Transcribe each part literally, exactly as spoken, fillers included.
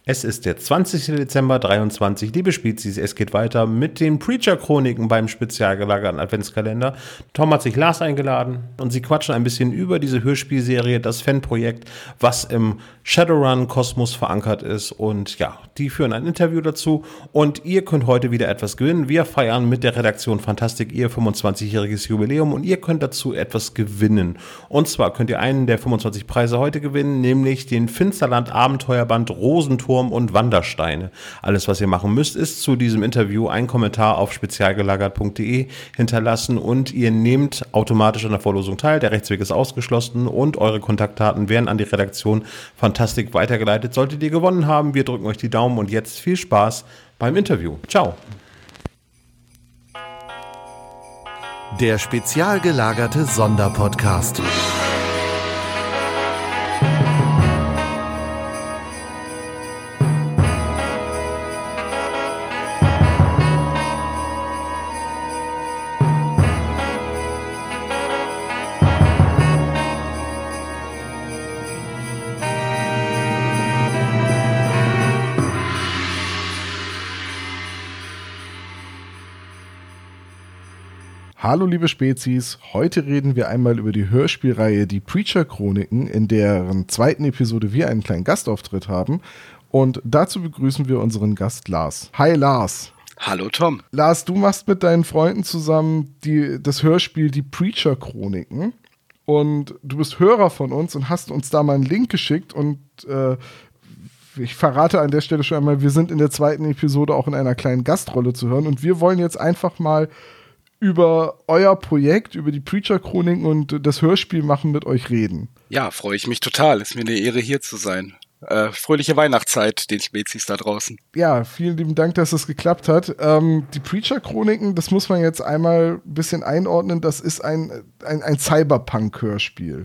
Es ist der zwanzigster Dezember dreiundzwanzig, liebe Spezies, es geht weiter mit den Preacher-Chroniken beim spezial gelagerten Adventskalender. Tom hat sich Lars eingeladen und sie quatschen ein bisschen über diese Hörspielserie, das Fanprojekt, was im Shadowrun-Kosmos verankert ist, und ja, die führen ein Interview dazu und ihr könnt heute wieder etwas gewinnen. Wir feiern mit der Redaktion Fantastik ihr fünfundzwanzigjähriges Jubiläum und ihr könnt dazu etwas gewinnen. Und zwar könnt ihr einen der fünfundzwanzig Preise heute gewinnen, nämlich den Finsterland-Abenteuerband Rosenturm und Wandersteine. Alles, was ihr machen müsst, ist zu diesem Interview einen Kommentar auf spezialgelagert punkt de hinterlassen und ihr nehmt automatisch an der Verlosung teil. Der Rechtsweg ist ausgeschlossen und eure Kontaktdaten werden an die Redaktion Fantastik weitergeleitet. Solltet ihr gewonnen haben, wir drücken euch die Daumen und jetzt viel Spaß beim Interview. Ciao. Der spezial gelagerte Sonderpodcast. Hallo liebe Spezies, heute reden wir einmal über die Hörspielreihe Die Preacher-Chroniken, in deren zweiten Episode wir einen kleinen Gastauftritt haben. Und dazu begrüßen wir unseren Gast Lars. Hi Lars. Hallo Tom. Lars, du machst mit deinen Freunden zusammen die, das Hörspiel Die Preacher-Chroniken. Und du bist Hörer von uns und hast uns da mal einen Link geschickt. Und äh, ich verrate an der Stelle schon einmal, wir sind in der zweiten Episode auch in einer kleinen Gastrolle zu hören. Und wir wollen jetzt einfach mal über euer Projekt, über die Preacher-Chroniken und das Hörspiel machen mit euch reden. Ja, freue ich mich total. Ist mir eine Ehre, hier zu sein. Äh, fröhliche Weihnachtszeit den Spezies da draußen. Ja, vielen lieben Dank, dass es geklappt hat. Ähm, die Preacher-Chroniken, das muss man jetzt einmal ein bisschen einordnen, das ist ein, ein, ein Cyberpunk-Hörspiel.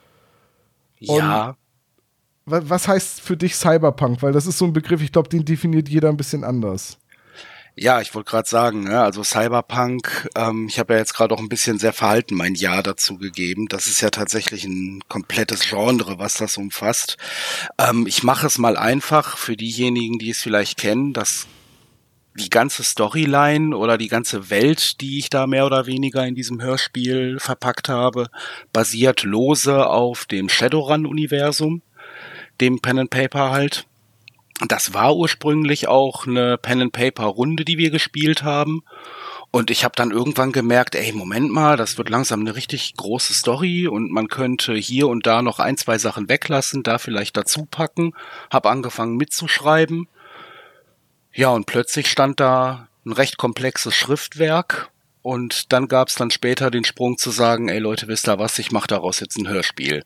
Ja. Und was heißt für dich Cyberpunk? Weil das ist so ein Begriff, ich glaube, den definiert jeder ein bisschen anders. Ja, ich wollte gerade sagen, ja, also Cyberpunk, ähm, ich habe ja jetzt gerade auch ein bisschen sehr verhalten mein Ja dazu gegeben. Das ist ja tatsächlich ein komplettes Genre, was das umfasst. Ähm, ich mache es mal einfach für diejenigen, die es vielleicht kennen, dass die ganze Storyline oder die ganze Welt, die ich da mehr oder weniger in diesem Hörspiel verpackt habe, basiert lose auf dem Shadowrun-Universum, dem Pen and Paper halt. Das war ursprünglich auch eine Pen-and-Paper-Runde, die wir gespielt haben. Und ich habe dann irgendwann gemerkt, ey, Moment mal, das wird langsam eine richtig große Story und man könnte hier und da noch ein, zwei Sachen weglassen, da vielleicht dazu packen. Hab angefangen mitzuschreiben. Ja, und plötzlich stand da ein recht komplexes Schriftwerk. Und dann gab's dann später den Sprung zu sagen, ey Leute, wisst ihr was, ich mache daraus jetzt ein Hörspiel.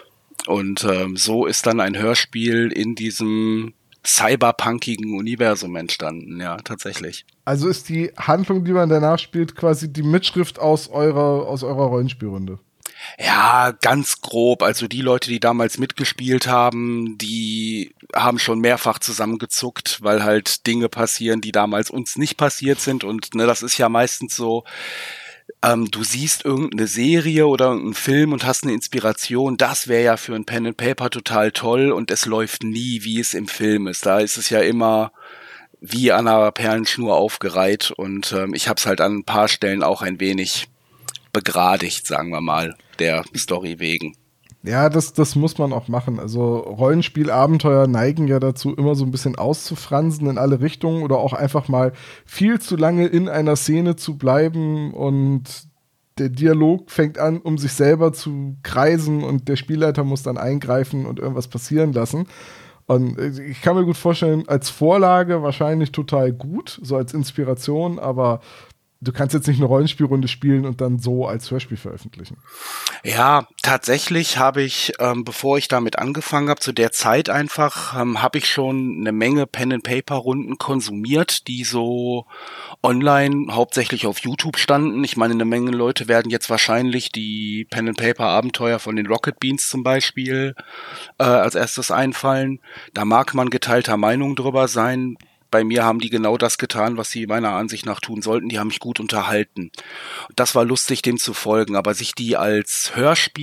Und ähm, so ist dann ein Hörspiel in diesem cyberpunkigen Universum entstanden, ja, tatsächlich. Also ist die Handlung, die man danach spielt, quasi die Mitschrift aus eurer, aus eurer Rollenspielrunde? Ja, ganz grob. Also die Leute, die damals mitgespielt haben, die haben schon mehrfach zusammengezuckt, weil halt Dinge passieren, die damals uns nicht passiert sind. Und ne, das ist ja meistens so, Ähm, du siehst irgendeine Serie oder einen Film und hast eine Inspiration, das wäre ja für ein Pen and Paper total toll und es läuft nie, wie es im Film ist. Da ist es ja immer wie an einer Perlenschnur aufgereiht und ähm, ich habe es halt an ein paar Stellen auch ein wenig begradigt, sagen wir mal, der Story wegen. Ja, das, das muss man auch machen. Also Rollenspielabenteuer neigen ja dazu, immer so ein bisschen auszufransen in alle Richtungen oder auch einfach mal viel zu lange in einer Szene zu bleiben und der Dialog fängt an, um sich selber zu kreisen und der Spielleiter muss dann eingreifen und irgendwas passieren lassen. Und ich kann mir gut vorstellen, als Vorlage wahrscheinlich total gut, so als Inspiration, aber du kannst jetzt nicht eine Rollenspielrunde spielen und dann so als Hörspiel veröffentlichen. Ja, tatsächlich habe ich, ähm, bevor ich damit angefangen habe, zu der Zeit einfach, ähm, habe ich schon eine Menge Pen-and-Paper-Runden konsumiert, die so online hauptsächlich auf YouTube standen. Ich meine, eine Menge Leute werden jetzt wahrscheinlich die Pen-and-Paper-Abenteuer von den Rocket Beans zum Beispiel äh, als erstes einfallen. Da mag man geteilter Meinung drüber sein. Bei mir haben die genau das getan, was sie meiner Ansicht nach tun sollten. Die haben mich gut unterhalten. Das war lustig, dem zu folgen. Aber sich die als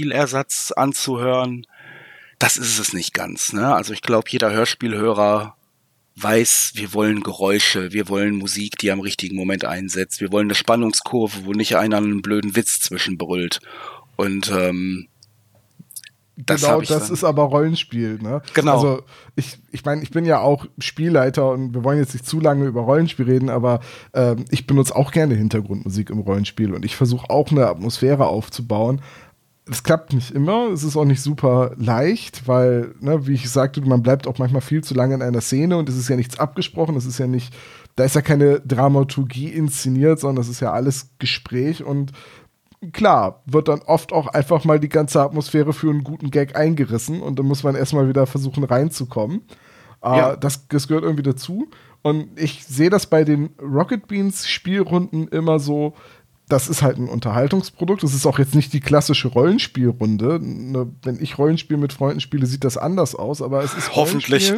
Hörspielersatz anzuhören, das ist es nicht ganz, ne? Also ich glaube, jeder Hörspielhörer weiß, wir wollen Geräusche, wir wollen Musik, die am richtigen Moment einsetzt, wir wollen eine Spannungskurve, wo nicht einer einen blöden Witz zwischenbrüllt. Und ähm, das genau, das ist aber Rollenspiel, ne? Genau. Also ich, ich meine, ich bin ja auch Spielleiter und wir wollen jetzt nicht zu lange über Rollenspiel reden, aber ähm, ich benutze auch gerne Hintergrundmusik im Rollenspiel und ich versuche auch eine Atmosphäre aufzubauen. Es klappt nicht immer, es ist auch nicht super leicht, weil, ne, wie ich sagte, man bleibt auch manchmal viel zu lange in einer Szene und es ist ja nichts abgesprochen, es ist ja nicht, da ist ja keine Dramaturgie inszeniert, sondern es ist ja alles Gespräch und klar, wird dann oft auch einfach mal die ganze Atmosphäre für einen guten Gag eingerissen und dann muss man erstmal wieder versuchen reinzukommen. Ja. Äh, das, das gehört irgendwie dazu. Und ich sehe das bei den Rocket Beans Spielrunden immer so, das ist halt ein Unterhaltungsprodukt. Das ist auch jetzt nicht die klassische Rollenspielrunde. Ne, wenn ich Rollenspiel mit Freunden spiele, sieht das anders aus, aber es ist hoffentlich.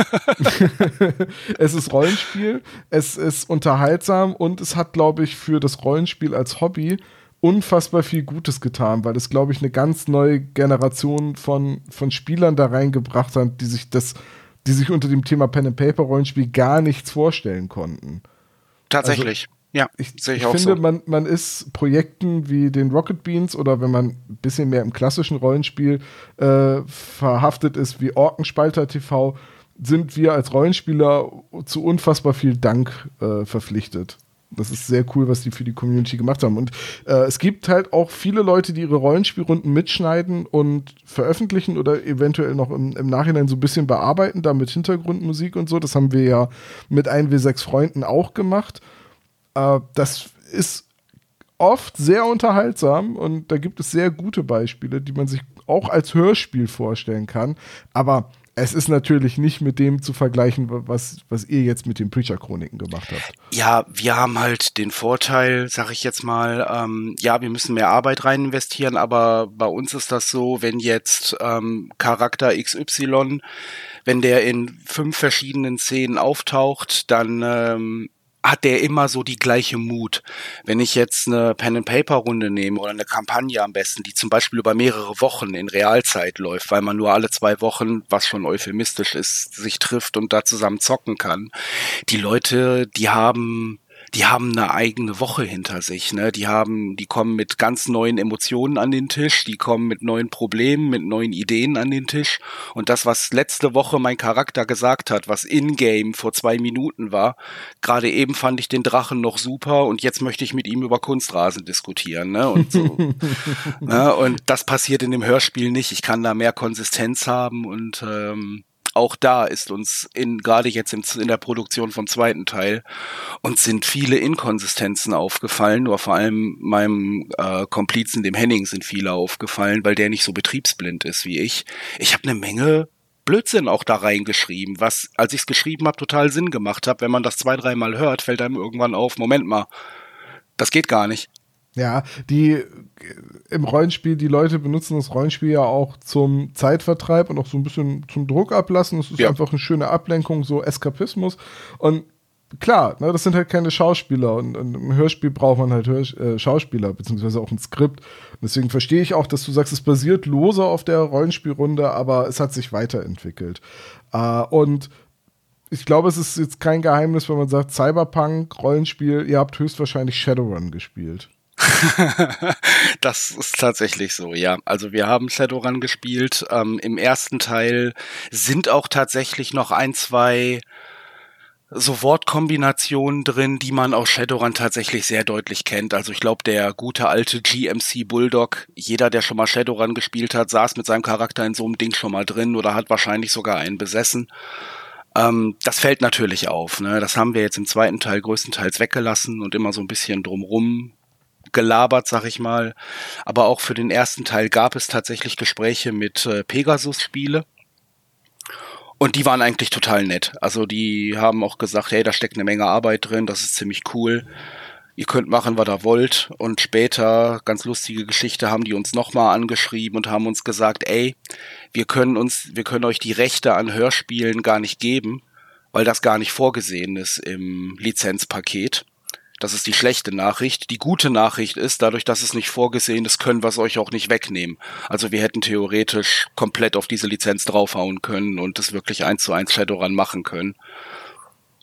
Es ist Rollenspiel, es ist unterhaltsam und es hat, glaube ich, für das Rollenspiel als Hobby unfassbar viel Gutes getan, weil es, glaube ich, eine ganz neue Generation von, von Spielern da reingebracht hat, die sich das, die sich unter dem Thema Pen-and-Paper-Rollenspiel gar nichts vorstellen konnten. Tatsächlich, also, ja, ich, sehe ich, ich auch finde, so. man, man ist Projekten wie den Rocket Beans oder wenn man ein bisschen mehr im klassischen Rollenspiel äh, verhaftet ist, wie Orkenspalter T V, sind wir als Rollenspieler zu unfassbar viel Dank äh, verpflichtet. Das ist sehr cool, was die für die Community gemacht haben. Und äh, es gibt halt auch viele Leute, die ihre Rollenspielrunden mitschneiden und veröffentlichen oder eventuell noch im, im Nachhinein so ein bisschen bearbeiten, da mit Hintergrundmusik und so. Das haben wir ja mit ein W sechs Freunden auch gemacht. Äh, das ist oft sehr unterhaltsam und da gibt es sehr gute Beispiele, die man sich auch als Hörspiel vorstellen kann. Aber es ist natürlich nicht mit dem zu vergleichen, was, was ihr jetzt mit den Preacher-Chroniken gemacht habt. Ja, wir haben halt den Vorteil, sag ich jetzt mal, ähm, ja, wir müssen mehr Arbeit rein investieren, aber bei uns ist das so, wenn jetzt ähm, Charakter X Y, wenn der in fünf verschiedenen Szenen auftaucht, dann ähm, hat der immer so die gleiche Mut. Wenn ich jetzt eine Pen-and-Paper-Runde nehme oder eine Kampagne am besten, die zum Beispiel über mehrere Wochen in Realzeit läuft, weil man nur alle zwei Wochen, was schon euphemistisch ist, sich trifft und da zusammen zocken kann. Die Leute, die haben... die haben eine eigene Woche hinter sich, ne? Die haben, die kommen mit ganz neuen Emotionen an den Tisch, die kommen mit neuen Problemen, mit neuen Ideen an den Tisch. Und das, was letzte Woche mein Charakter gesagt hat, was in-game vor zwei Minuten war, gerade eben fand ich den Drachen noch super und jetzt möchte ich mit ihm über Kunstrasen diskutieren, ne? Und so. Ne? Und das passiert in dem Hörspiel nicht. Ich kann da mehr Konsistenz haben und ähm, auch da ist uns in gerade jetzt in, in der Produktion vom zweiten Teil uns sind viele Inkonsistenzen aufgefallen, nur vor allem meinem äh, Komplizen, dem Henning, sind viele aufgefallen, weil der nicht so betriebsblind ist wie ich. Ich habe eine Menge Blödsinn auch da reingeschrieben, was, als ich es geschrieben habe, total Sinn gemacht hat. Wenn man das zwei, dreimal hört, fällt einem irgendwann auf, Moment mal, das geht gar nicht. Ja, die im Rollenspiel, die Leute benutzen das Rollenspiel ja auch zum Zeitvertreib und auch so ein bisschen zum Druck ablassen. Es ist ja. einfach eine schöne Ablenkung, so Eskapismus. Und klar, ne, das sind halt keine Schauspieler und, und im Hörspiel braucht man halt Hör- äh, Schauspieler, beziehungsweise auch ein Skript. Und deswegen verstehe ich auch, dass du sagst, es basiert lose auf der Rollenspielrunde, aber es hat sich weiterentwickelt. Äh, und ich glaube, es ist jetzt kein Geheimnis, wenn man sagt, Cyberpunk, Rollenspiel, ihr habt höchstwahrscheinlich Shadowrun gespielt. Das ist tatsächlich so, ja. Also wir haben Shadowrun gespielt. Ähm, im ersten Teil sind auch tatsächlich noch ein, zwei so Wortkombinationen drin, die man aus Shadowrun tatsächlich sehr deutlich kennt. Also ich glaube, der gute alte G M C Bulldog, jeder, der schon mal Shadowrun gespielt hat, saß mit seinem Charakter in so einem Ding schon mal drin oder hat wahrscheinlich sogar einen besessen. Ähm, das fällt natürlich auf, ne? Das haben wir jetzt im zweiten Teil größtenteils weggelassen und immer so ein bisschen drumrum gelabert, sag ich mal. Aber auch für den ersten Teil gab es tatsächlich Gespräche mit äh, Pegasus-Spiele. Und die waren eigentlich total nett. Also die haben auch gesagt, hey, da steckt eine Menge Arbeit drin, das ist ziemlich cool. Ihr könnt machen, was ihr wollt. Und später, ganz lustige Geschichte, haben die uns nochmal angeschrieben und haben uns gesagt, ey, wir können uns, wir können euch die Rechte an Hörspielen gar nicht geben, weil das gar nicht vorgesehen ist im Lizenzpaket. Das ist die schlechte Nachricht. Die gute Nachricht ist, dadurch, dass es nicht vorgesehen ist, können wir es euch auch nicht wegnehmen. Also wir hätten theoretisch komplett auf diese Lizenz draufhauen können und es wirklich eins zu eins Shadowrun machen können.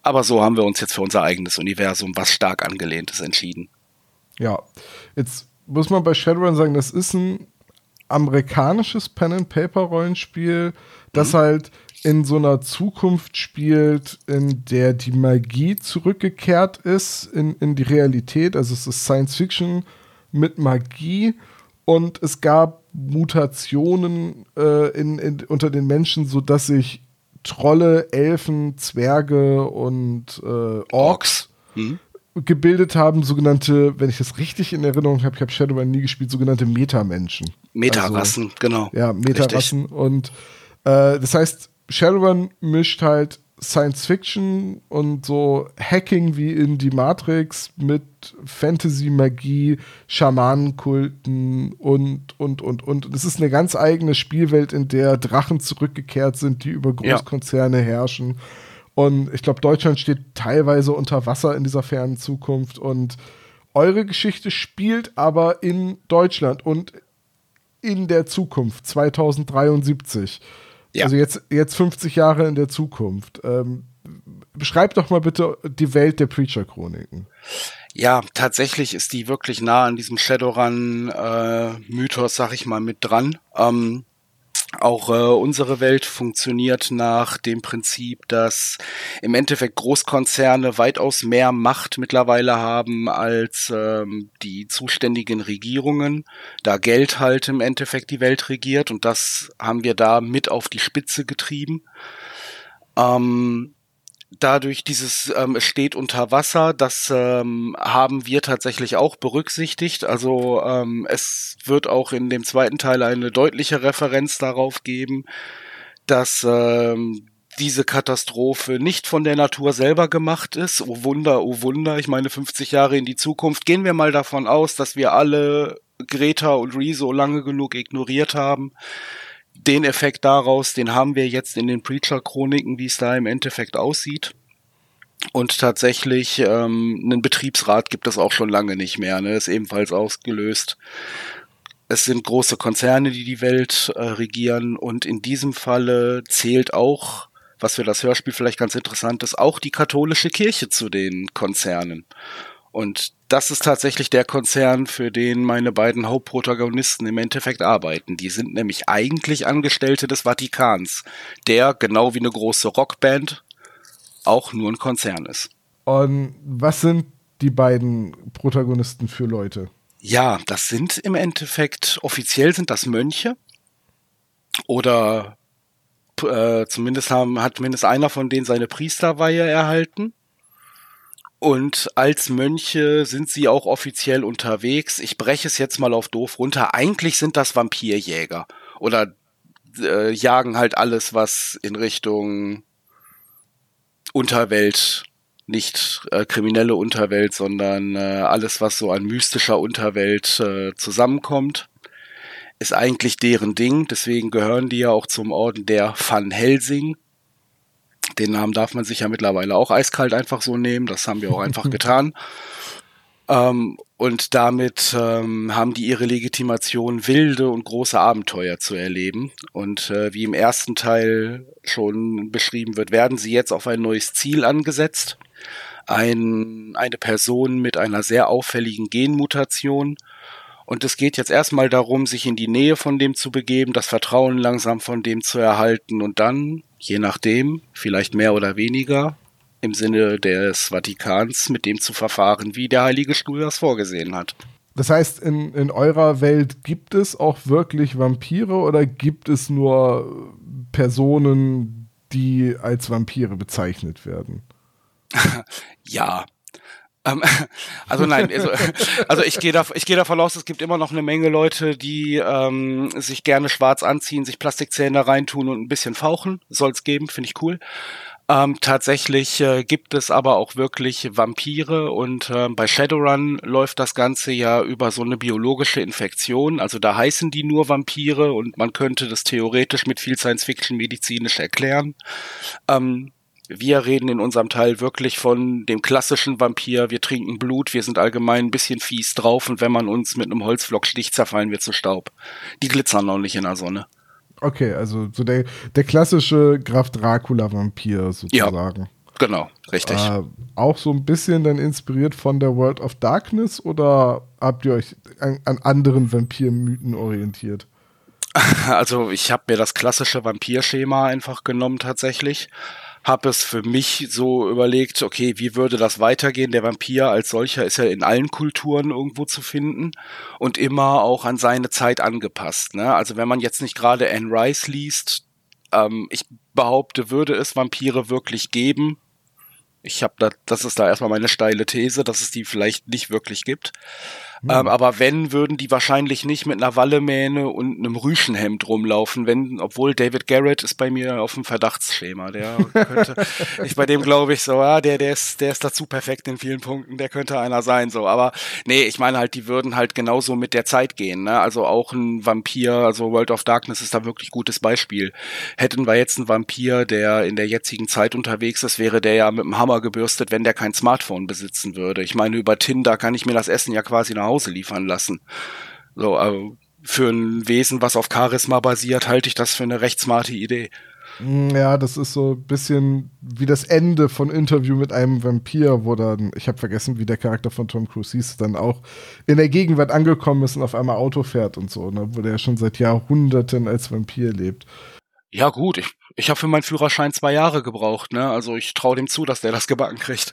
Aber so haben wir uns jetzt für unser eigenes Universum, was stark angelehnt ist, entschieden. Ja, jetzt muss man bei Shadowrun sagen, das ist ein amerikanisches Pen-and-Paper-Rollenspiel, das mhm. halt in so einer Zukunft spielt, in der die Magie zurückgekehrt ist in, in die Realität. Also es ist Science-Fiction mit Magie und es gab Mutationen äh, in, in, unter den Menschen, sodass sich Trolle, Elfen, Zwerge und äh, Orks, Orks. Mhm. gebildet haben, sogenannte, wenn ich das richtig in Erinnerung habe, ich habe Shadowrun nie gespielt, sogenannte Metamenschen. Metarassen, also, genau. Ja, Metarassen. Richtig. Und äh, das heißt, Shadowrun mischt halt Science-Fiction und so Hacking wie in die Matrix mit Fantasy, Magie, Schamanenkulten und, und, und, und. Und es ist eine ganz eigene Spielwelt, in der Drachen zurückgekehrt sind, die über Großkonzerne ja. herrschen. Und ich glaube, Deutschland steht teilweise unter Wasser in dieser fernen Zukunft. Und eure Geschichte spielt aber in Deutschland und in der Zukunft, zweitausenddreiundsiebzig. Ja. Also jetzt, jetzt fünfzig Jahre in der Zukunft. Ähm, beschreib doch mal bitte die Welt der Preacher-Chroniken. Ja, tatsächlich ist die wirklich nah an diesem Shadowrun-Mythos, äh, sag ich mal, mit dran. Ähm, Auch äh, unsere Welt funktioniert nach dem Prinzip, dass im Endeffekt Großkonzerne weitaus mehr Macht mittlerweile haben als ähm, die zuständigen Regierungen, da Geld halt im Endeffekt die Welt regiert, und das haben wir da mit auf die Spitze getrieben. Ähm, Dadurch dieses, ähm, es steht unter Wasser, das ähm, haben wir tatsächlich auch berücksichtigt. Also ähm, es wird auch in dem zweiten Teil eine deutliche Referenz darauf geben, dass ähm, diese Katastrophe nicht von der Natur selber gemacht ist. Oh Wunder, oh Wunder, ich meine fünfzig Jahre in die Zukunft. Gehen wir mal davon aus, dass wir alle Greta und Rezo lange genug ignoriert haben. Den Effekt daraus, den haben wir jetzt in den Preacher-Chroniken, wie es da im Endeffekt aussieht. Und tatsächlich, ähm, einen Betriebsrat gibt es auch schon lange nicht mehr, ne? Ist ebenfalls ausgelöst. Es sind große Konzerne, die die Welt äh, regieren, und in diesem Falle zählt auch, was für das Hörspiel vielleicht ganz interessant ist, auch die katholische Kirche zu den Konzernen. Und das ist tatsächlich der Konzern, für den meine beiden Hauptprotagonisten im Endeffekt arbeiten. Die sind nämlich eigentlich Angestellte des Vatikans, der, genau wie eine große Rockband, auch nur ein Konzern ist. Und was sind die beiden Protagonisten für Leute? Ja, das sind im Endeffekt, offiziell sind das Mönche. Oder äh, zumindest haben, hat mindestens einer von denen seine Priesterweihe erhalten. Und als Mönche sind sie auch offiziell unterwegs. Ich breche es jetzt mal auf doof runter. Eigentlich sind das Vampirjäger. Oder äh, jagen halt alles, was in Richtung Unterwelt, nicht äh, kriminelle Unterwelt, sondern äh, alles, was so an mystischer Unterwelt äh, zusammenkommt, ist eigentlich deren Ding. Deswegen gehören die ja auch zum Orden der Van Helsing. Den Namen darf man sich ja mittlerweile auch eiskalt einfach so nehmen. Das haben wir auch einfach getan. Ähm, und damit ähm, haben die ihre Legitimation, wilde und große Abenteuer zu erleben. Und äh, wie im ersten Teil schon beschrieben wird, werden sie jetzt auf ein neues Ziel angesetzt. Ein, eine Person mit einer sehr auffälligen Genmutation. Und es geht jetzt erstmal darum, sich in die Nähe von dem zu begeben, das Vertrauen langsam von dem zu erhalten und dann, je nachdem, vielleicht mehr oder weniger, im Sinne des Vatikans mit dem zu verfahren, wie der Heilige Stuhl das vorgesehen hat. Das heißt, in, in eurer Welt gibt es auch wirklich Vampire oder gibt es nur Personen, die als Vampire bezeichnet werden? Ja. Also nein, also, also ich gehe da, ich gehe davon aus, es gibt immer noch eine Menge Leute, die ähm, sich gerne schwarz anziehen, sich Plastikzähne reintun und ein bisschen fauchen. Soll es geben, finde ich cool. Ähm, tatsächlich äh, gibt es aber auch wirklich Vampire, und äh, bei Shadowrun läuft das Ganze ja über so eine biologische Infektion. Also da heißen die nur Vampire, und man könnte das theoretisch mit viel Science-Fiction medizinisch erklären. Ähm, Wir reden in unserem Teil wirklich von dem klassischen Vampir. Wir trinken Blut, wir sind allgemein ein bisschen fies drauf, und wenn man uns mit einem Holzflock sticht, zerfallen wir zu Staub. Die glitzern noch nicht in der Sonne. Okay, also so der, der klassische Graf Dracula-Vampir sozusagen. Ja, Genau, richtig. Äh, auch so ein bisschen dann inspiriert von der World of Darkness oder habt ihr euch an, an anderen Vampirmythen orientiert? Also ich habe mir das klassische Vampirschema einfach genommen tatsächlich. Habe es für mich so überlegt, okay, wie würde das weitergehen? Der Vampir als solcher ist ja in allen Kulturen irgendwo zu finden und immer auch an seine Zeit angepasst. Ne? Also wenn man jetzt nicht gerade Anne Rice liest, ähm, ich behaupte, würde es Vampire wirklich geben. Ich habe da, das ist da erstmal meine steile These, dass es die vielleicht nicht wirklich gibt. Hm. Ähm, aber wenn, würden die wahrscheinlich nicht mit einer Wallemähne und einem Rüschenhemd rumlaufen, wenn, obwohl David Garrett ist bei mir auf dem Verdachtsschema. Der könnte, ich bei dem glaube ich so, ja, der, der ist, der ist dazu perfekt in vielen Punkten, der könnte einer sein, so. Aber nee, ich meine halt, die würden halt genauso mit der Zeit gehen, ne? Also auch ein Vampir, also World of Darkness ist da wirklich gutes Beispiel. Hätten wir jetzt einen Vampir, der in der jetzigen Zeit unterwegs ist, wäre der ja mit dem Hammer gebürstet, wenn der kein Smartphone besitzen würde. Ich meine, über Tinder kann ich mir das Essen ja quasi nach Hause liefern lassen. So, also für ein Wesen, was auf Charisma basiert, halte ich das für eine recht smarte Idee. Ja, das ist so ein bisschen wie das Ende von Interview mit einem Vampir, wo dann, ich habe vergessen, wie der Charakter von Tom Cruise hieß, dann auch in der Gegenwart angekommen ist und auf einmal Auto fährt und so, ne, wo der ja schon seit Jahrhunderten als Vampir lebt. Ja gut, ich, ich habe für meinen Führerschein zwei Jahre gebraucht, ne? Also ich traue dem zu, dass der das gebacken kriegt.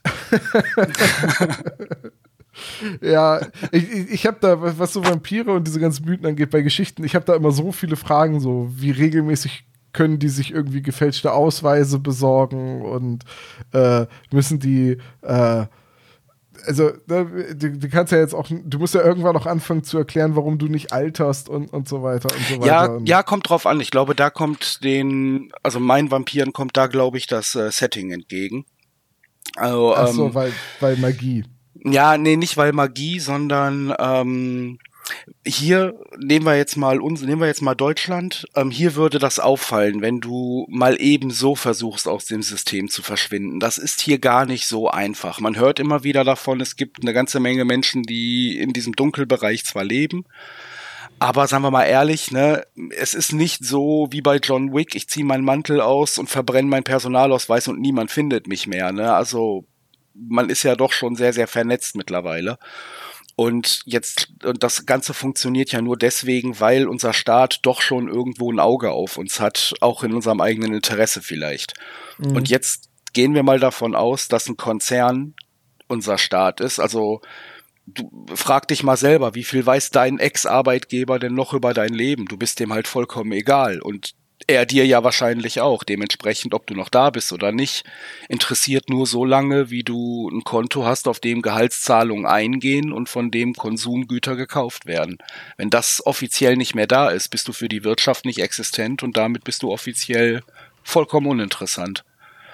Ja, ich, ich, ich habe da, was so Vampire und diese ganzen Mythen angeht, bei Geschichten, ich habe da immer so viele Fragen, so wie regelmäßig können die sich irgendwie gefälschte Ausweise besorgen und äh, müssen die, äh, also ne, du, du kannst ja jetzt auch, du musst ja irgendwann auch anfangen zu erklären, warum du nicht alterst und, und so weiter und so weiter. Ja, und ja, kommt drauf an. Ich glaube, da kommt den, also meinen Vampiren kommt da, glaube ich, das äh, Setting entgegen. Also, Ach so, ähm, weil, weil Magie. Ja, nee, nicht weil Magie, sondern ähm, hier nehmen wir jetzt mal uns, nehmen wir jetzt mal Deutschland. Ähm, hier würde das auffallen, wenn du mal eben so versuchst, aus dem System zu verschwinden. Das ist hier gar nicht so einfach. Man hört immer wieder davon, es gibt eine ganze Menge Menschen, die in diesem Dunkelbereich zwar leben, aber sagen wir mal ehrlich, ne, es ist nicht so wie bei John Wick, ich ziehe meinen Mantel aus und verbrenne meinen Personalausweis und niemand findet mich mehr, ne? Also man ist ja doch schon sehr, sehr vernetzt mittlerweile. Und jetzt, und das Ganze funktioniert ja nur deswegen, weil unser Staat doch schon irgendwo ein Auge auf uns hat, auch in unserem eigenen Interesse vielleicht. Mhm. Und jetzt gehen wir mal davon aus, dass ein Konzern unser Staat ist. Also du frag dich mal selber, wie viel weiß dein Ex-Arbeitgeber denn noch über dein Leben? Du bist dem halt vollkommen egal. Und er dir ja wahrscheinlich auch. Dementsprechend, ob du noch da bist oder nicht, interessiert nur so lange, wie du ein Konto hast, auf dem Gehaltszahlungen eingehen und von dem Konsumgüter gekauft werden. Wenn das offiziell nicht mehr da ist, bist du für die Wirtschaft nicht existent und damit bist du offiziell vollkommen uninteressant.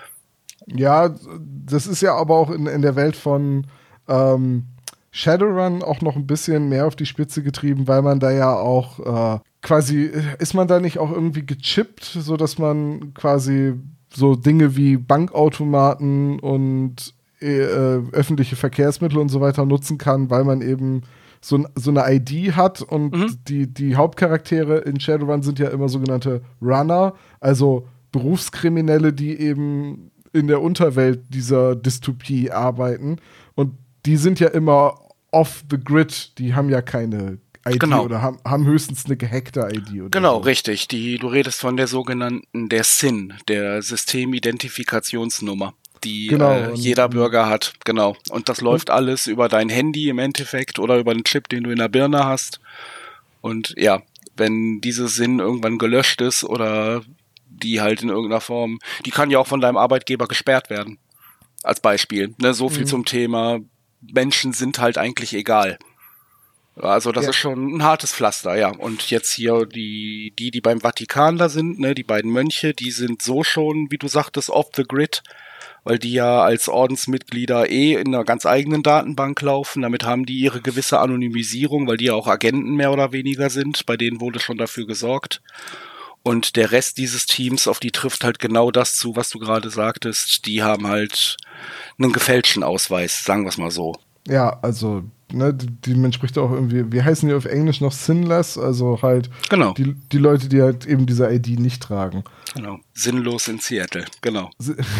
Ja, das ist ja aber auch in, in der Welt von ähm, Shadowrun auch noch ein bisschen mehr auf die Spitze getrieben, weil man da ja auch äh, quasi, ist man da nicht auch irgendwie gechippt, so dass man quasi so Dinge wie Bankautomaten und äh, öffentliche Verkehrsmittel und so weiter nutzen kann, weil man eben so, so eine I D hat und mhm. die, die Hauptcharaktere in Shadowrun sind ja immer sogenannte Runner, also Berufskriminelle, die eben in der Unterwelt dieser Dystopie arbeiten und die sind ja immer off the grid, die haben ja keine I D genau. oder haben, haben höchstens eine gehackte I D. Oder genau, so. Richtig. Die, du redest von der sogenannten, der S I N, der Systemidentifikationsnummer, die genau, äh, jeder und, Bürger hat. Genau. Und das läuft und, alles über dein Handy im Endeffekt oder über einen Chip, den du in der Birne hast. Und ja, wenn diese S I N irgendwann gelöscht ist oder die halt in irgendeiner Form, die kann ja auch von deinem Arbeitgeber gesperrt werden. Als Beispiel. Ne, so viel mhm. zum Thema, Menschen sind halt eigentlich egal. Also das ja. ist schon ein hartes Pflaster, ja. Und jetzt hier die, die, die beim Vatikan da sind, ne, die beiden Mönche, die sind so schon, wie du sagtest, off the grid, weil die ja als Ordensmitglieder eh in einer ganz eigenen Datenbank laufen. Damit haben die ihre gewisse Anonymisierung, weil die ja auch Agenten mehr oder weniger sind. Bei denen wurde schon dafür gesorgt. Und der Rest dieses Teams, auf die trifft halt genau das zu, was du gerade sagtest. Die haben halt einen gefälschten Ausweis, sagen wir es mal so. Ja, also ne, die, die, man spricht auch irgendwie, wie heißen die auf Englisch noch, sinless, also halt genau. die, die Leute, die halt eben diese I D nicht tragen. Genau, sinnlos in Seattle, genau.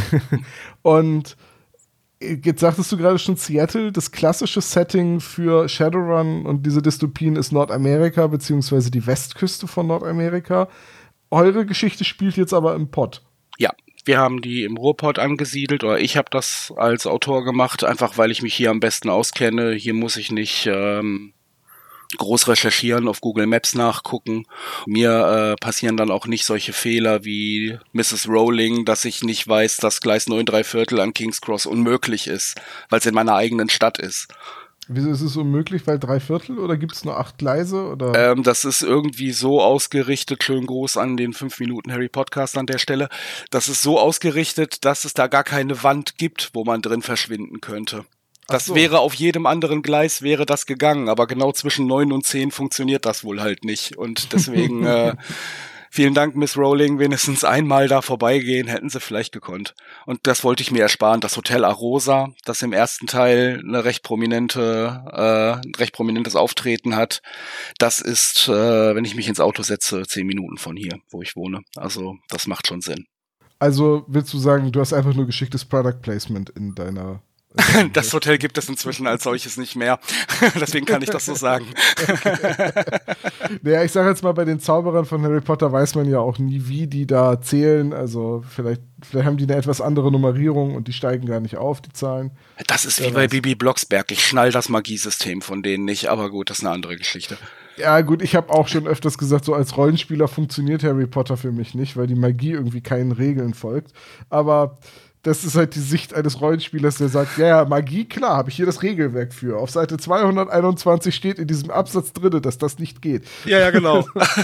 Und jetzt sagtest du gerade schon, Seattle, das klassische Setting für Shadowrun und diese Dystopien ist Nordamerika, beziehungsweise die Westküste von Nordamerika. Eure Geschichte spielt jetzt aber im Pott. Ja, wir haben die im Ruhrpott angesiedelt, oder ich habe das als Autor gemacht, einfach weil ich mich hier am besten auskenne. Hier muss ich nicht ähm, groß recherchieren, auf Google Maps nachgucken. Mir äh, passieren dann auch nicht solche Fehler wie Misses Rowling, dass ich nicht weiß, dass Gleis neun drei Viertel an King's Cross unmöglich ist, weil es in meiner eigenen Stadt ist. Wieso ist es unmöglich? Weil drei Viertel oder gibt es nur acht Gleise? Oder? Ähm, das ist irgendwie so ausgerichtet, schön groß an den fünf Minuten Harry Podcast an der Stelle, das ist so ausgerichtet, dass es da gar keine Wand gibt, wo man drin verschwinden könnte. Das so. Wäre auf jedem anderen Gleis wäre das gegangen, aber genau zwischen neun und zehn funktioniert das wohl halt nicht. Und deswegen äh, vielen Dank, Miss Rowling, wenigstens einmal da vorbeigehen, hätten sie vielleicht gekonnt. Und das wollte ich mir ersparen. Das Hotel Arosa, das im ersten Teil eine recht prominente, äh, ein recht prominentes Auftreten hat, das ist, äh, wenn ich mich ins Auto setze, zehn Minuten von hier, wo ich wohne. Also das macht schon Sinn. Also willst du sagen, du hast einfach nur geschicktes Product Placement in deiner... Das Hotel gibt es inzwischen als solches nicht mehr. Deswegen kann ich das so sagen. Okay. Naja, ich sage jetzt mal, bei den Zauberern von Harry Potter weiß man ja auch nie, wie die da zählen. Also vielleicht, vielleicht haben die eine etwas andere Nummerierung und die steigen gar nicht auf, die Zahlen. Das ist wie bei Bibi Blocksberg. Ich schnall das Magiesystem von denen nicht, aber gut, das ist eine andere Geschichte. Ja gut, ich habe auch schon öfters gesagt, so als Rollenspieler funktioniert Harry Potter für mich nicht, weil die Magie irgendwie keinen Regeln folgt. Aber das ist halt die Sicht eines Rollenspielers, der sagt, ja, ja, Magie, klar, habe ich hier das Regelwerk für. Auf Seite zweihunderteinundzwanzig steht in diesem Absatz drin, dass das nicht geht. Ja, ja, genau.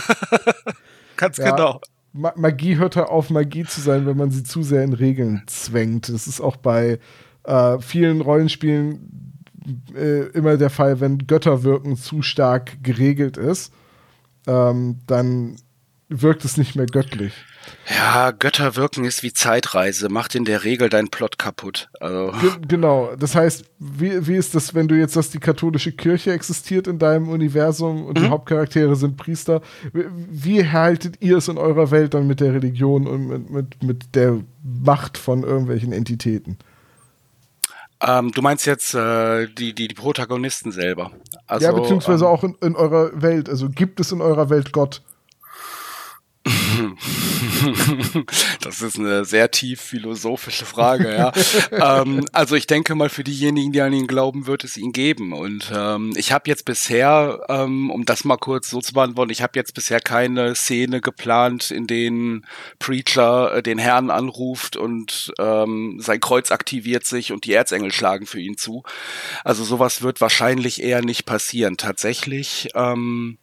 Ganz ja, genau. Ma- Magie hört halt auf, Magie zu sein, wenn man sie zu sehr in Regeln zwängt. Das ist auch bei äh, vielen Rollenspielen äh, immer der Fall, wenn Götterwirken zu stark geregelt ist, ähm, dann wirkt es nicht mehr göttlich. Ja, Götterwirken ist wie Zeitreise, macht in der Regel deinen Plot kaputt. Also. Ge- genau, das heißt, wie, wie ist das, wenn du jetzt sagst, die katholische Kirche existiert in deinem Universum und mhm. die Hauptcharaktere sind Priester? Wie, wie haltet ihr es in eurer Welt dann mit der Religion und mit, mit, mit der Macht von irgendwelchen Entitäten? Ähm, du meinst jetzt äh, die, die, die Protagonisten selber? Also, ja, beziehungsweise ähm, auch in, in eurer Welt. Also gibt es in eurer Welt Gott? Das ist eine sehr tief philosophische Frage, ja. ähm, also ich denke mal, für diejenigen, die an ihn glauben, wird es ihn geben. Und ähm, ich habe jetzt bisher, ähm, um das mal kurz so zu beantworten, ich habe jetzt bisher keine Szene geplant, in denen Preacher äh, den Herrn anruft und ähm, sein Kreuz aktiviert sich und die Erzengel schlagen für ihn zu. Also sowas wird wahrscheinlich eher nicht passieren. Tatsächlich ähm,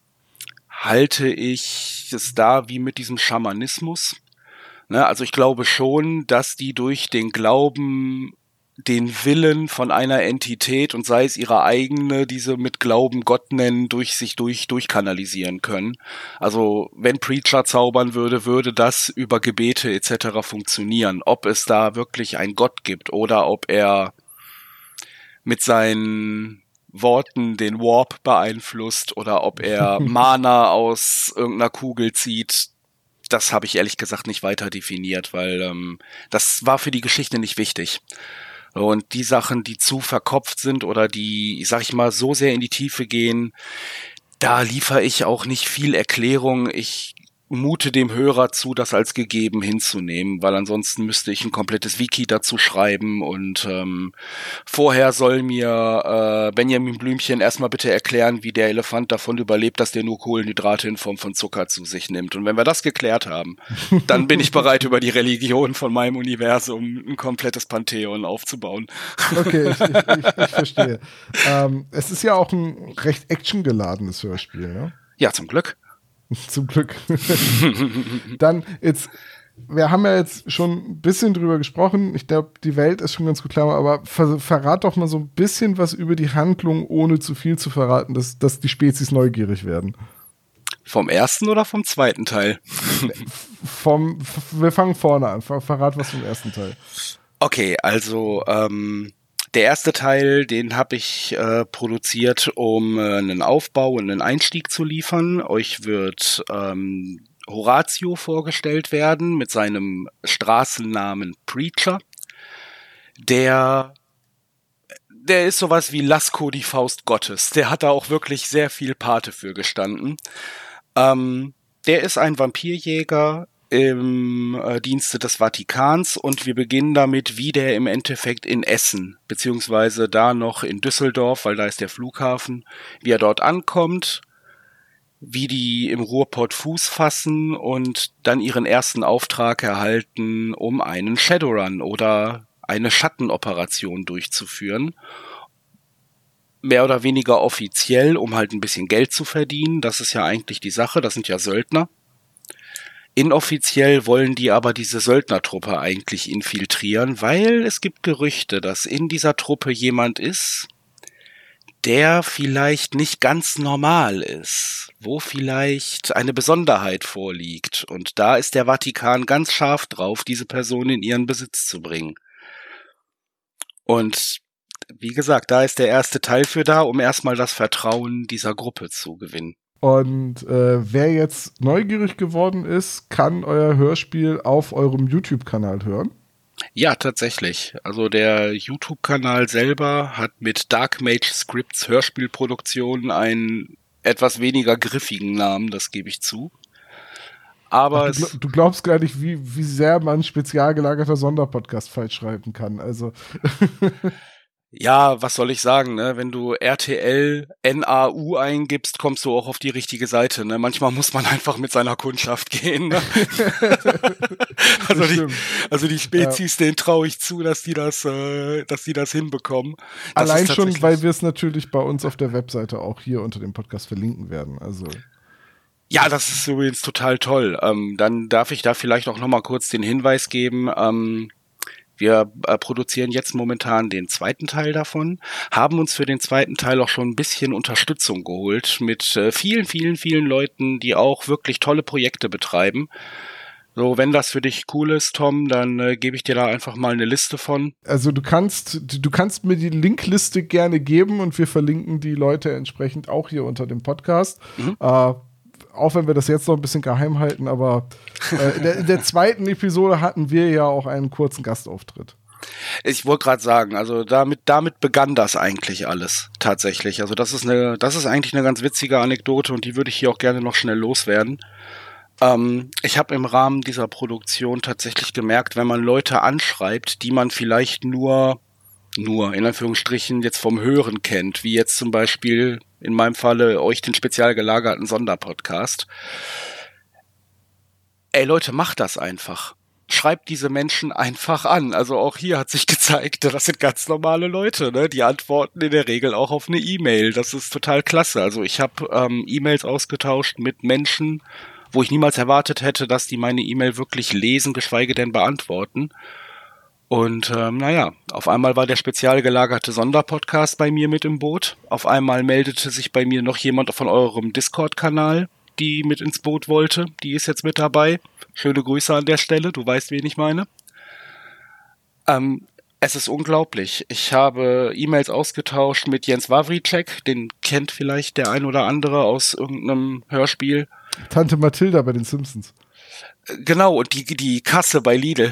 halte ich es da wie mit diesem Schamanismus. Ne, also ich glaube schon, dass die durch den Glauben den Willen von einer Entität und sei es ihre eigene, diese mit Glauben Gott nennen, durch sich durch durchkanalisieren können. Also wenn Preacher zaubern würde, würde das über Gebete et cetera funktionieren. Ob es da wirklich einen Gott gibt oder ob er mit seinen Worten den Warp beeinflusst oder ob er Mana aus irgendeiner Kugel zieht, das habe ich ehrlich gesagt nicht weiter definiert, weil ähm, das war für die Geschichte nicht wichtig. Und die Sachen, die zu verkopft sind oder die, sag ich mal, so sehr in die Tiefe gehen, da liefere ich auch nicht viel Erklärung. Ich mute dem Hörer zu, das als gegeben hinzunehmen, weil ansonsten müsste ich ein komplettes Wiki dazu schreiben und ähm, vorher soll mir äh, Benjamin Blümchen erstmal bitte erklären, wie der Elefant davon überlebt, dass der nur Kohlenhydrate in Form von Zucker zu sich nimmt. Und wenn wir das geklärt haben, dann bin ich bereit, über die Religion von meinem Universum ein komplettes Pantheon aufzubauen. Okay, ich, ich, ich, ich verstehe. Ähm, es ist ja auch ein recht actiongeladenes Hörspiel, ne? Ja, zum Glück. Zum Glück. Dann jetzt, wir haben ja jetzt schon ein bisschen drüber gesprochen. Ich glaube, die Welt ist schon ganz gut klar, aber ver- verrat doch mal so ein bisschen was über die Handlung, ohne zu viel zu verraten, dass, dass die Spezies neugierig werden. Vom ersten oder vom zweiten Teil? vom, wir fangen vorne an. Ver- verrat was vom ersten Teil. Okay, also ähm, Der erste Teil, den habe ich äh, produziert, um äh, einen Aufbau und einen Einstieg zu liefern. Euch wird ähm, Horatio vorgestellt werden mit seinem Straßennamen Preacher. Der, der ist sowas wie Lasko, die Faust Gottes. Der hat da auch wirklich sehr viel Pate für gestanden. Ähm, der ist ein Vampirjäger im äh, Dienste des Vatikans und wir beginnen damit, wie der im Endeffekt in Essen, beziehungsweise da noch in Düsseldorf, weil da ist der Flughafen, wie er dort ankommt, wie die im Ruhrpott Fuß fassen und dann ihren ersten Auftrag erhalten, um einen Shadowrun oder eine Schattenoperation durchzuführen. Mehr oder weniger offiziell, um halt ein bisschen Geld zu verdienen. Das ist ja eigentlich die Sache, das sind ja Söldner. Inoffiziell wollen die aber diese Söldnertruppe eigentlich infiltrieren, weil es gibt Gerüchte, dass in dieser Truppe jemand ist, der vielleicht nicht ganz normal ist, wo vielleicht eine Besonderheit vorliegt. Und da ist der Vatikan ganz scharf drauf, diese Person in ihren Besitz zu bringen. Und wie gesagt, da ist der erste Teil für da, um erstmal das Vertrauen dieser Gruppe zu gewinnen. Und äh, wer jetzt neugierig geworden ist, kann euer Hörspiel auf eurem YouTube-Kanal hören? Ja, tatsächlich. Also der YouTube-Kanal selber hat mit Dark Mage Scripts Hörspielproduktion einen etwas weniger griffigen Namen, das gebe ich zu. Aber Ach, du, es, du glaubst gar nicht, wie, wie sehr man spezial gelagerter Sonderpodcast falsch schreiben kann. Also ja, was soll ich sagen, ne? Wenn du R T L N A U eingibst, kommst du auch auf die richtige Seite, ne? Manchmal muss man einfach mit seiner Kundschaft gehen, ne? also, die, also die Spezies, ja. Denen traue ich zu, dass die das, äh, dass die das hinbekommen. Das Allein schon, weil wir es natürlich bei uns auf der Webseite auch hier unter dem Podcast verlinken werden, also. Ja, das ist übrigens total toll. Ähm, dann darf ich da vielleicht auch nochmal kurz den Hinweis geben, ähm, wir äh, produzieren jetzt momentan den zweiten Teil davon, haben uns für den zweiten Teil auch schon ein bisschen Unterstützung geholt mit äh, vielen, vielen, vielen Leuten, die auch wirklich tolle Projekte betreiben. So, wenn das für dich cool ist, Tom, dann äh, gebe ich dir da einfach mal eine Liste von. Also du kannst, du kannst mir die Linkliste gerne geben und wir verlinken die Leute entsprechend auch hier unter dem Podcast. Mhm. Äh, auch wenn wir das jetzt noch ein bisschen geheim halten, aber äh, in, der, in der zweiten Episode hatten wir ja auch einen kurzen Gastauftritt. Ich wollte gerade sagen, also damit, damit begann das eigentlich alles tatsächlich. Also das ist eine, das ist eigentlich eine ganz witzige Anekdote und die würde ich hier auch gerne noch schnell loswerden. Ähm, ich habe im Rahmen dieser Produktion tatsächlich gemerkt, wenn man Leute anschreibt, die man vielleicht nur, nur in Anführungsstrichen jetzt vom Hören kennt, wie jetzt zum Beispiel in meinem Falle euch den spezial gelagerten Sonderpodcast. Ey Leute, macht das einfach. Schreibt diese Menschen einfach an. Also auch hier hat sich gezeigt, das sind ganz normale Leute, ne? Die antworten in der Regel auch auf eine E-Mail. Das ist total klasse. Also ich habe ähm, E-Mails ausgetauscht mit Menschen, wo ich niemals erwartet hätte, dass die meine E-Mail wirklich lesen, geschweige denn beantworten. Und ähm, naja, auf einmal war der spezial gelagerte Sonderpodcast bei mir mit im Boot. Auf einmal meldete sich bei mir noch jemand von eurem Discord-Kanal, die mit ins Boot wollte. Die ist jetzt mit dabei. Schöne Grüße an der Stelle, du weißt, wen ich meine. Ähm, es ist unglaublich. Ich habe E-Mails ausgetauscht mit Jens Wawricek, den kennt vielleicht der ein oder andere aus irgendeinem Hörspiel. Tante Mathilda bei den Simpsons. Genau, und die, die Kasse bei Lidl.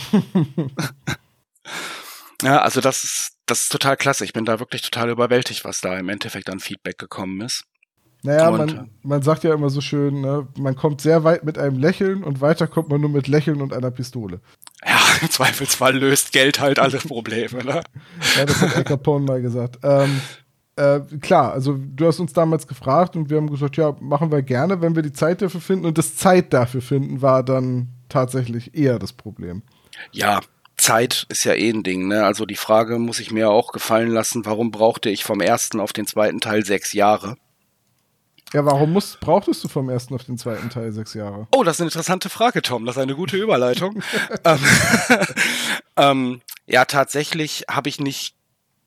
Ja, also das ist, das ist total klasse. Ich bin da wirklich total überwältigt, was da im Endeffekt an Feedback gekommen ist. Naja, und, man, man sagt ja immer so schön, ne, man kommt sehr weit mit einem Lächeln und weiter kommt man nur mit Lächeln und einer Pistole. Ja, im Zweifelsfall löst Geld halt alle Probleme, ne? Ja, das hat Al Capone mal gesagt. Ähm, Äh, klar, also du hast uns damals gefragt und wir haben gesagt, ja, machen wir gerne, wenn wir die Zeit dafür finden. Und das Zeit dafür finden war dann tatsächlich eher das Problem. Ja, Zeit ist ja eh ein Ding, ne? Also die Frage muss ich mir auch gefallen lassen, warum brauchte ich vom ersten auf den zweiten Teil sechs Jahre? Ja, warum musst, brauchtest du vom ersten auf den zweiten Teil sechs Jahre? Oh, das ist eine interessante Frage, Tom. Das ist eine gute Überleitung. ähm, ähm, ja, tatsächlich habe ich nicht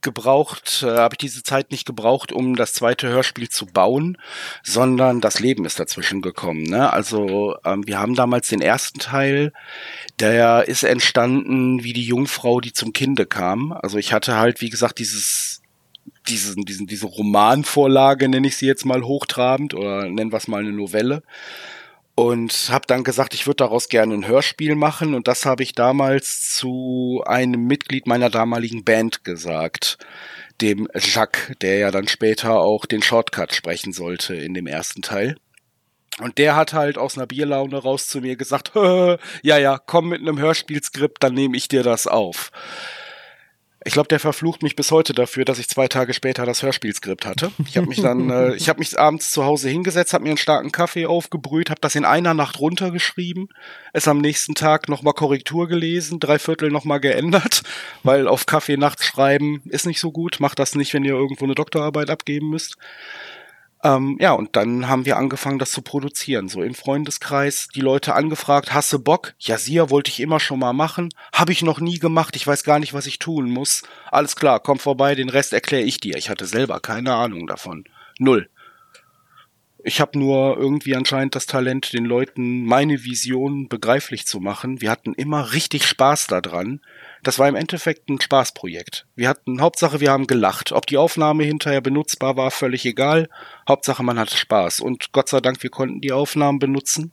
gebraucht, äh, habe ich diese Zeit nicht gebraucht, um das zweite Hörspiel zu bauen, sondern das Leben ist dazwischen gekommen. Ne? Also ähm, wir haben damals den ersten Teil, der ist entstanden wie die Jungfrau, die zum Kinde kam. Also ich hatte halt, wie gesagt, dieses diesen, diesen, diese Romanvorlage, nenne ich sie jetzt mal hochtrabend, oder nennen wir es mal eine Novelle. Und habe dann gesagt, ich würde daraus gerne ein Hörspiel machen. Und das habe ich damals zu einem Mitglied meiner damaligen Band gesagt, dem Jacques, der ja dann später auch den Shortcut sprechen sollte in dem ersten Teil. Und der hat halt aus einer Bierlaune raus zu mir gesagt, ja, ja, komm mit einem Hörspielskript, dann nehme ich dir das auf. Ich glaube, der verflucht mich bis heute dafür, dass ich zwei Tage später das Hörspielskript hatte. Ich habe mich dann, äh, ich habe mich abends zu Hause hingesetzt, habe mir einen starken Kaffee aufgebrüht, habe das in einer Nacht runtergeschrieben, es am nächsten Tag nochmal Korrektur gelesen, drei Viertel nochmal geändert, weil auf Kaffee nachts schreiben ist nicht so gut. Macht das nicht, wenn ihr irgendwo eine Doktorarbeit abgeben müsst. Ähm, ja, und dann haben wir angefangen, das zu produzieren. So im Freundeskreis, die Leute angefragt, hast du Bock? Ja, Sia, wollte ich immer schon mal machen. Habe ich noch nie gemacht, ich weiß gar nicht, was ich tun muss. Alles klar, komm vorbei, den Rest erkläre ich dir. Ich hatte selber keine Ahnung davon. Null. Ich habe nur irgendwie anscheinend das Talent, den Leuten meine Vision begreiflich zu machen. Wir hatten immer richtig Spaß daran. Das war im Endeffekt ein Spaßprojekt. Wir hatten, Hauptsache wir haben gelacht. Ob die Aufnahme hinterher benutzbar war, völlig egal. Hauptsache man hatte Spaß. Und Gott sei Dank, wir konnten die Aufnahmen benutzen.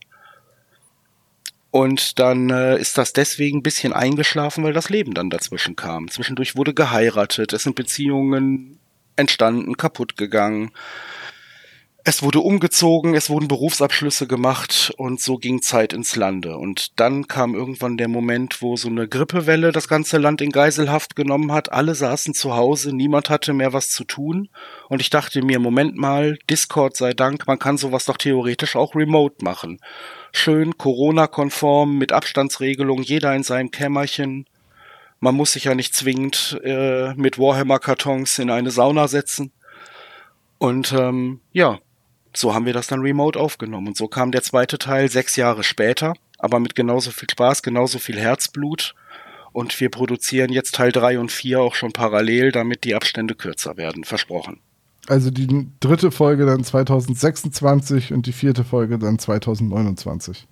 Und dann äh, ist das deswegen ein bisschen eingeschlafen, weil das Leben dann dazwischen kam. Zwischendurch wurde geheiratet, es sind Beziehungen entstanden, kaputt gegangen. Es wurde umgezogen, es wurden Berufsabschlüsse gemacht und so ging Zeit ins Lande. Und dann kam irgendwann der Moment, wo so eine Grippewelle das ganze Land in Geiselhaft genommen hat. Alle saßen zu Hause, niemand hatte mehr was zu tun. Und ich dachte mir, Moment mal, Discord sei Dank, man kann sowas doch theoretisch auch remote machen. Schön Corona-konform, mit Abstandsregelung, jeder in seinem Kämmerchen. Man muss sich ja nicht zwingend äh, mit Warhammer-Kartons in eine Sauna setzen. Und ähm, ja, so haben wir das dann remote aufgenommen. Und so kam der zweite Teil sechs Jahre später, aber mit genauso viel Spaß, genauso viel Herzblut. Und wir produzieren jetzt Teil drei und vier auch schon parallel, damit die Abstände kürzer werden. Versprochen. Also die dritte Folge dann zwanzig sechsundzwanzig und die vierte Folge dann zwanzig neunundzwanzig.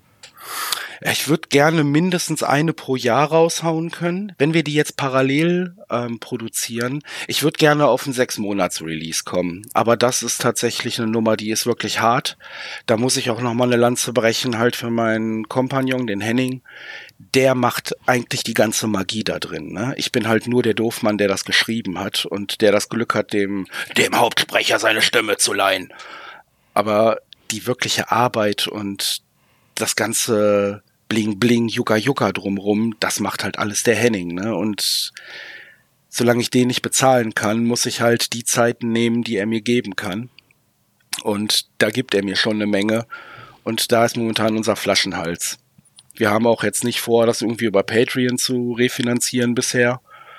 Ich würde gerne mindestens eine pro Jahr raushauen können. Wenn wir die jetzt parallel ähm, produzieren, ich würde gerne auf einen Sechs-Monats-Release kommen. Aber das ist tatsächlich eine Nummer, die ist wirklich hart. Da muss ich auch nochmal eine Lanze brechen, halt für meinen Kompagnon, den Henning. Der macht eigentlich die ganze Magie da drin. Ne? Ich bin halt nur der Doofmann, der das geschrieben hat und der das Glück hat, dem, dem Hauptsprecher seine Stimme zu leihen. Aber die wirkliche Arbeit und das ganze Bling Bling, Yucca Yucca drumrum, das macht halt alles der Henning, ne? Und solange ich den nicht bezahlen kann, muss ich halt die Zeiten nehmen, die er mir geben kann. Und da gibt er mir schon eine Menge. Und da ist momentan unser Flaschenhals. Wir haben auch jetzt nicht vor, das irgendwie über Patreon zu refinanzieren bisher,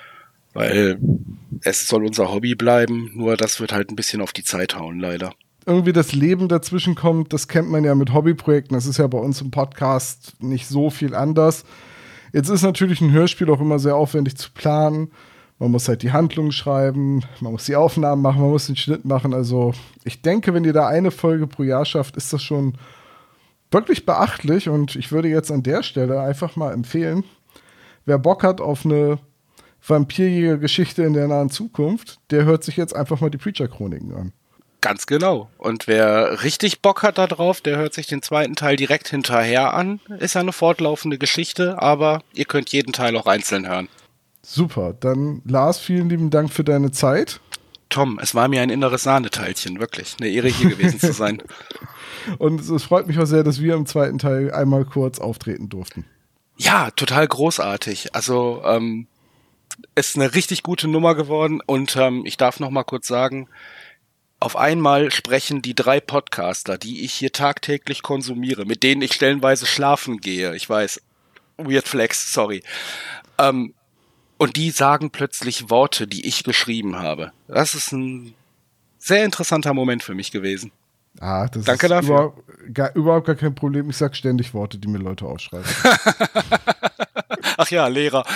weil es soll unser Hobby bleiben, nur das wird halt ein bisschen auf die Zeit hauen, leider. Irgendwie das Leben dazwischen kommt, das kennt man ja mit Hobbyprojekten, das ist ja bei uns im Podcast nicht so viel anders. Jetzt ist natürlich ein Hörspiel auch immer sehr aufwendig zu planen. Man muss halt die Handlung schreiben, man muss die Aufnahmen machen, man muss den Schnitt machen. Also ich denke, wenn ihr da eine Folge pro Jahr schafft, ist das schon wirklich beachtlich. Und ich würde jetzt an der Stelle einfach mal empfehlen, wer Bock hat auf eine Vampirjäger-Geschichte in der nahen Zukunft, der hört sich jetzt einfach mal die Preacher-Chroniken an. Ganz genau. Und wer richtig Bock hat da drauf, der hört sich den zweiten Teil direkt hinterher an. Ist ja eine fortlaufende Geschichte, aber ihr könnt jeden Teil auch einzeln hören. Super. Dann Lars, vielen lieben Dank für deine Zeit. Tom, es war mir ein inneres Sahneteilchen, wirklich. Eine Ehre, hier gewesen zu sein. Und es freut mich auch sehr, dass wir im zweiten Teil einmal kurz auftreten durften. Ja, total großartig. Also, ähm, ist eine richtig gute Nummer geworden. Und ähm, ich darf noch mal kurz sagen, auf einmal sprechen die drei Podcaster, die ich hier tagtäglich konsumiere, mit denen ich stellenweise schlafen gehe. Ich weiß, weird flex, sorry. Ähm, und die sagen plötzlich Worte, die ich geschrieben habe. Das ist ein sehr interessanter Moment für mich gewesen. Ah, das Danke ist dafür. Überhaupt gar, überhaupt gar kein Problem. Ich sag ständig Worte, die mir Leute aufschreiben. Ach ja, Lehrer.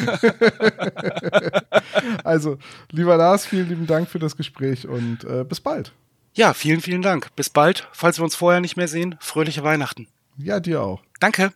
Also, lieber Lars, vielen lieben Dank für das Gespräch und äh, bis bald. Ja, vielen, vielen Dank. Bis bald. Falls wir uns vorher nicht mehr sehen, fröhliche Weihnachten. Ja, dir auch. Danke.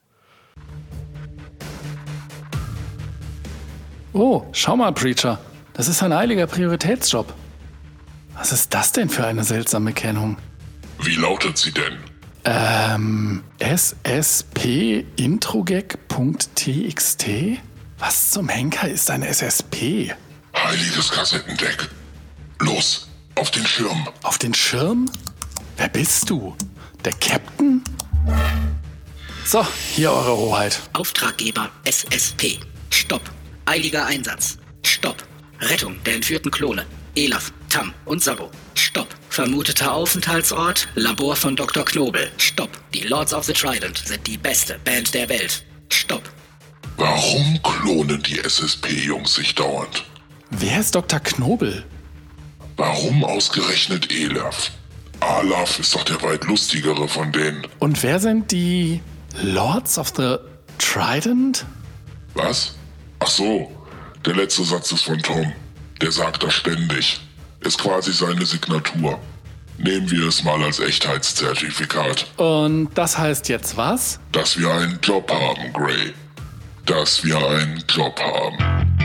Oh, schau mal, Preacher. Das ist ein heiliger Prioritätsjob. Was ist das denn für eine seltsame Kennung? Wie lautet sie denn? Ähm, S S P Introgag Punkt T X T? Was zum Henker ist ein S S P? Heiliges Kassettendeck. Los, auf den Schirm. Auf den Schirm? Wer bist du? Der Captain? So, hier eure Hoheit. Auftraggeber S S P. Stopp. Eiliger Einsatz. Stopp. Rettung der entführten Klone. Elaf, Tam und Sabo. Stopp. Vermuteter Aufenthaltsort, Labor von Doktor Knobel. Stopp. Die Lords of the Trident sind die beste Band der Welt. Stopp. Warum klonen die S S P-Jungs sich dauernd? Wer ist Doktor Knobel? Warum ausgerechnet Elaf? Alaf ist doch der weit lustigere von denen. Und wer sind die Lords of the Trident? Was? Ach so, der letzte Satz ist von Tom. Der sagt das ständig. Ist quasi seine Signatur. Nehmen wir es mal als Echtheitszertifikat. Und das heißt jetzt was? Dass wir einen Job haben, Gray. Dass wir einen Job haben.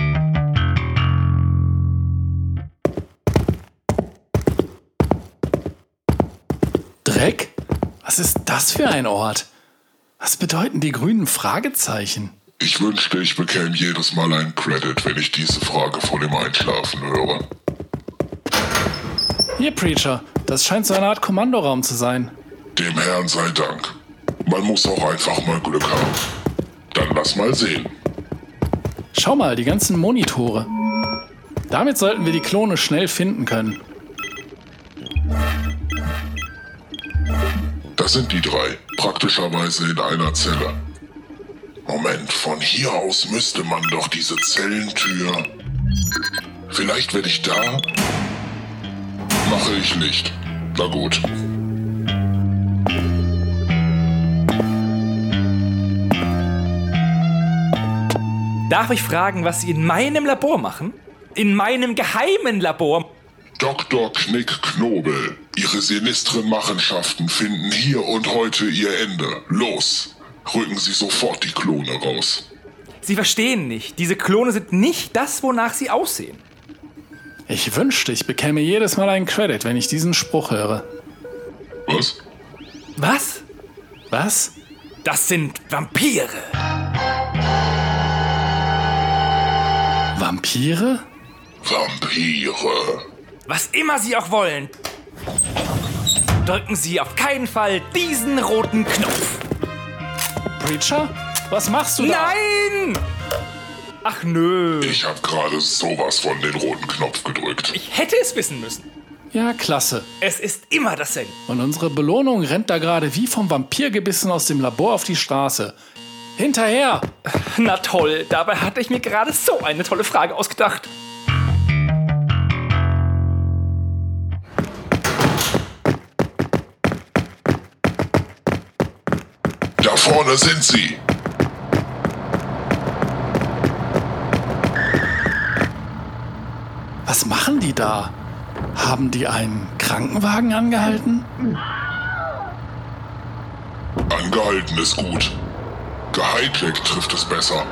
Dreck? Was ist das für ein Ort? Was bedeuten die grünen Fragezeichen? Ich wünschte, ich bekäme jedes Mal einen Credit, wenn ich diese Frage vor dem Einschlafen höre. Hier, Preacher, das scheint so eine Art Kommandoraum zu sein. Dem Herrn sei Dank. Man muss auch einfach mal Glück haben. Dann lass mal sehen. Schau mal, die ganzen Monitore. Damit sollten wir die Klone schnell finden können. Das sind die drei, praktischerweise in einer Zelle. Moment, von hier aus müsste man doch diese Zellentür... Vielleicht werde ich da... Mache ich nicht. Na gut. Darf ich fragen, was Sie in meinem Labor machen? In meinem geheimen Labor? Doktor Knick Knobel, Ihre sinistren Machenschaften finden hier und heute ihr Ende. Los, rücken Sie sofort die Klone raus. Sie verstehen nicht. Diese Klone sind nicht das, wonach sie aussehen. Ich wünschte, ich bekäme jedes Mal einen Credit, wenn ich diesen Spruch höre. Was? Was? Was? Das sind Vampire. Vampire? Vampire. Was immer Sie auch wollen. Drücken Sie auf keinen Fall diesen roten Knopf. Preacher? Was machst du da? Nein! Ach nö. Ich habe gerade sowas von den roten Knopf gedrückt. Ich hätte es wissen müssen. Ja, klasse. Es ist immer dasselbe. Und unsere Belohnung rennt da gerade wie vom Vampir gebissen aus dem Labor auf die Straße. Hinterher! Na toll, dabei hatte ich mir gerade so eine tolle Frage ausgedacht. Da vorne sind sie. Was machen die da? Haben die einen Krankenwagen angehalten? Angehalten ist gut. Gehijackt trifft es besser.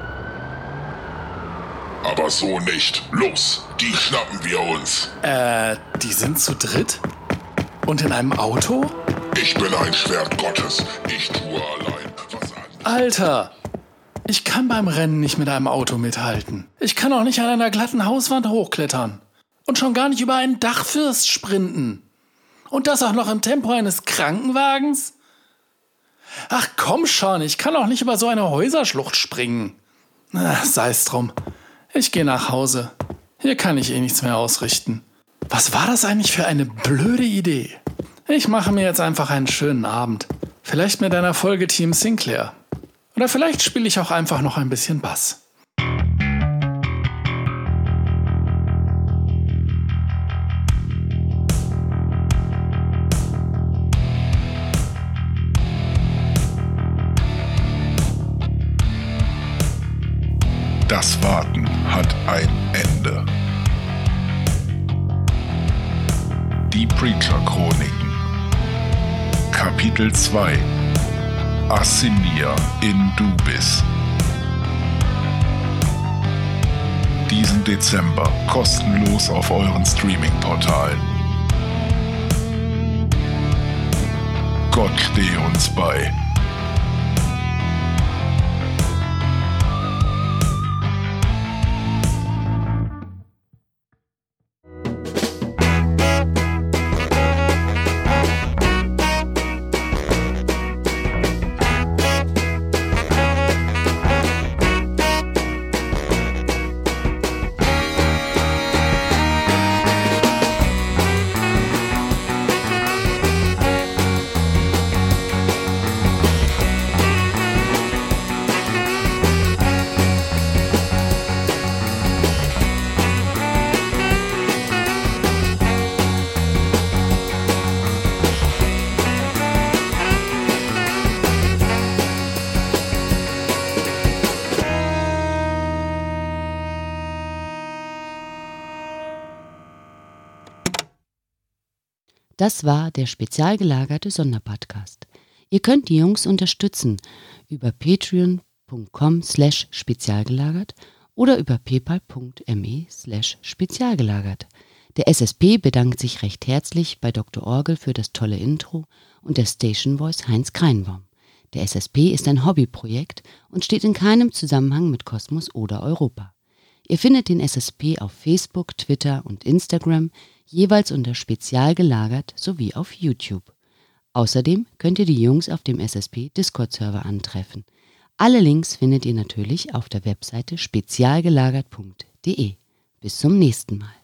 Aber so nicht. Los, die schnappen wir uns. Äh, die sind zu dritt? Und in einem Auto? Ich bin ein Schwert Gottes. Ich tue allein, was an. Alter! Ich kann beim Rennen nicht mit einem Auto mithalten. Ich kann auch nicht an einer glatten Hauswand hochklettern. Und schon gar nicht über einen Dachfirst sprinten. Und das auch noch im Tempo eines Krankenwagens? Ach komm schon, ich kann auch nicht über so eine Häuserschlucht springen. Na, sei's drum. Ich gehe nach Hause. Hier kann ich eh nichts mehr ausrichten. Was war das eigentlich für eine blöde Idee? Ich mache mir jetzt einfach einen schönen Abend. Vielleicht mit einer Folge Team Sinclair. Oder vielleicht spiele ich auch einfach noch ein bisschen Bass. hat ein Ende. Die Preacher-Chroniken. Kapitel zwei. Assinia in Dubis. Diesen Dezember kostenlos auf euren Streaming-Portalen. Gott stehe uns bei. Das war der spezial gelagerte Sonderpodcast. Ihr könnt die Jungs unterstützen über patreon punkt com slash spezialgelagert oder über paypal punkt me slash spezialgelagert. Der S S P bedankt sich recht herzlich bei Doktor Orgel für das tolle Intro und der Station Voice Heinz Kreinbaum. Der S S P ist ein Hobbyprojekt und steht in keinem Zusammenhang mit Kosmos oder Europa. Ihr findet den S S P auf Facebook, Twitter und Instagram, jeweils unter Spezial gelagert sowie auf YouTube. Außerdem könnt ihr die Jungs auf dem S S P Discord-Server antreffen. Alle Links findet ihr natürlich auf der Webseite spezialgelagert punkt de. Bis zum nächsten Mal.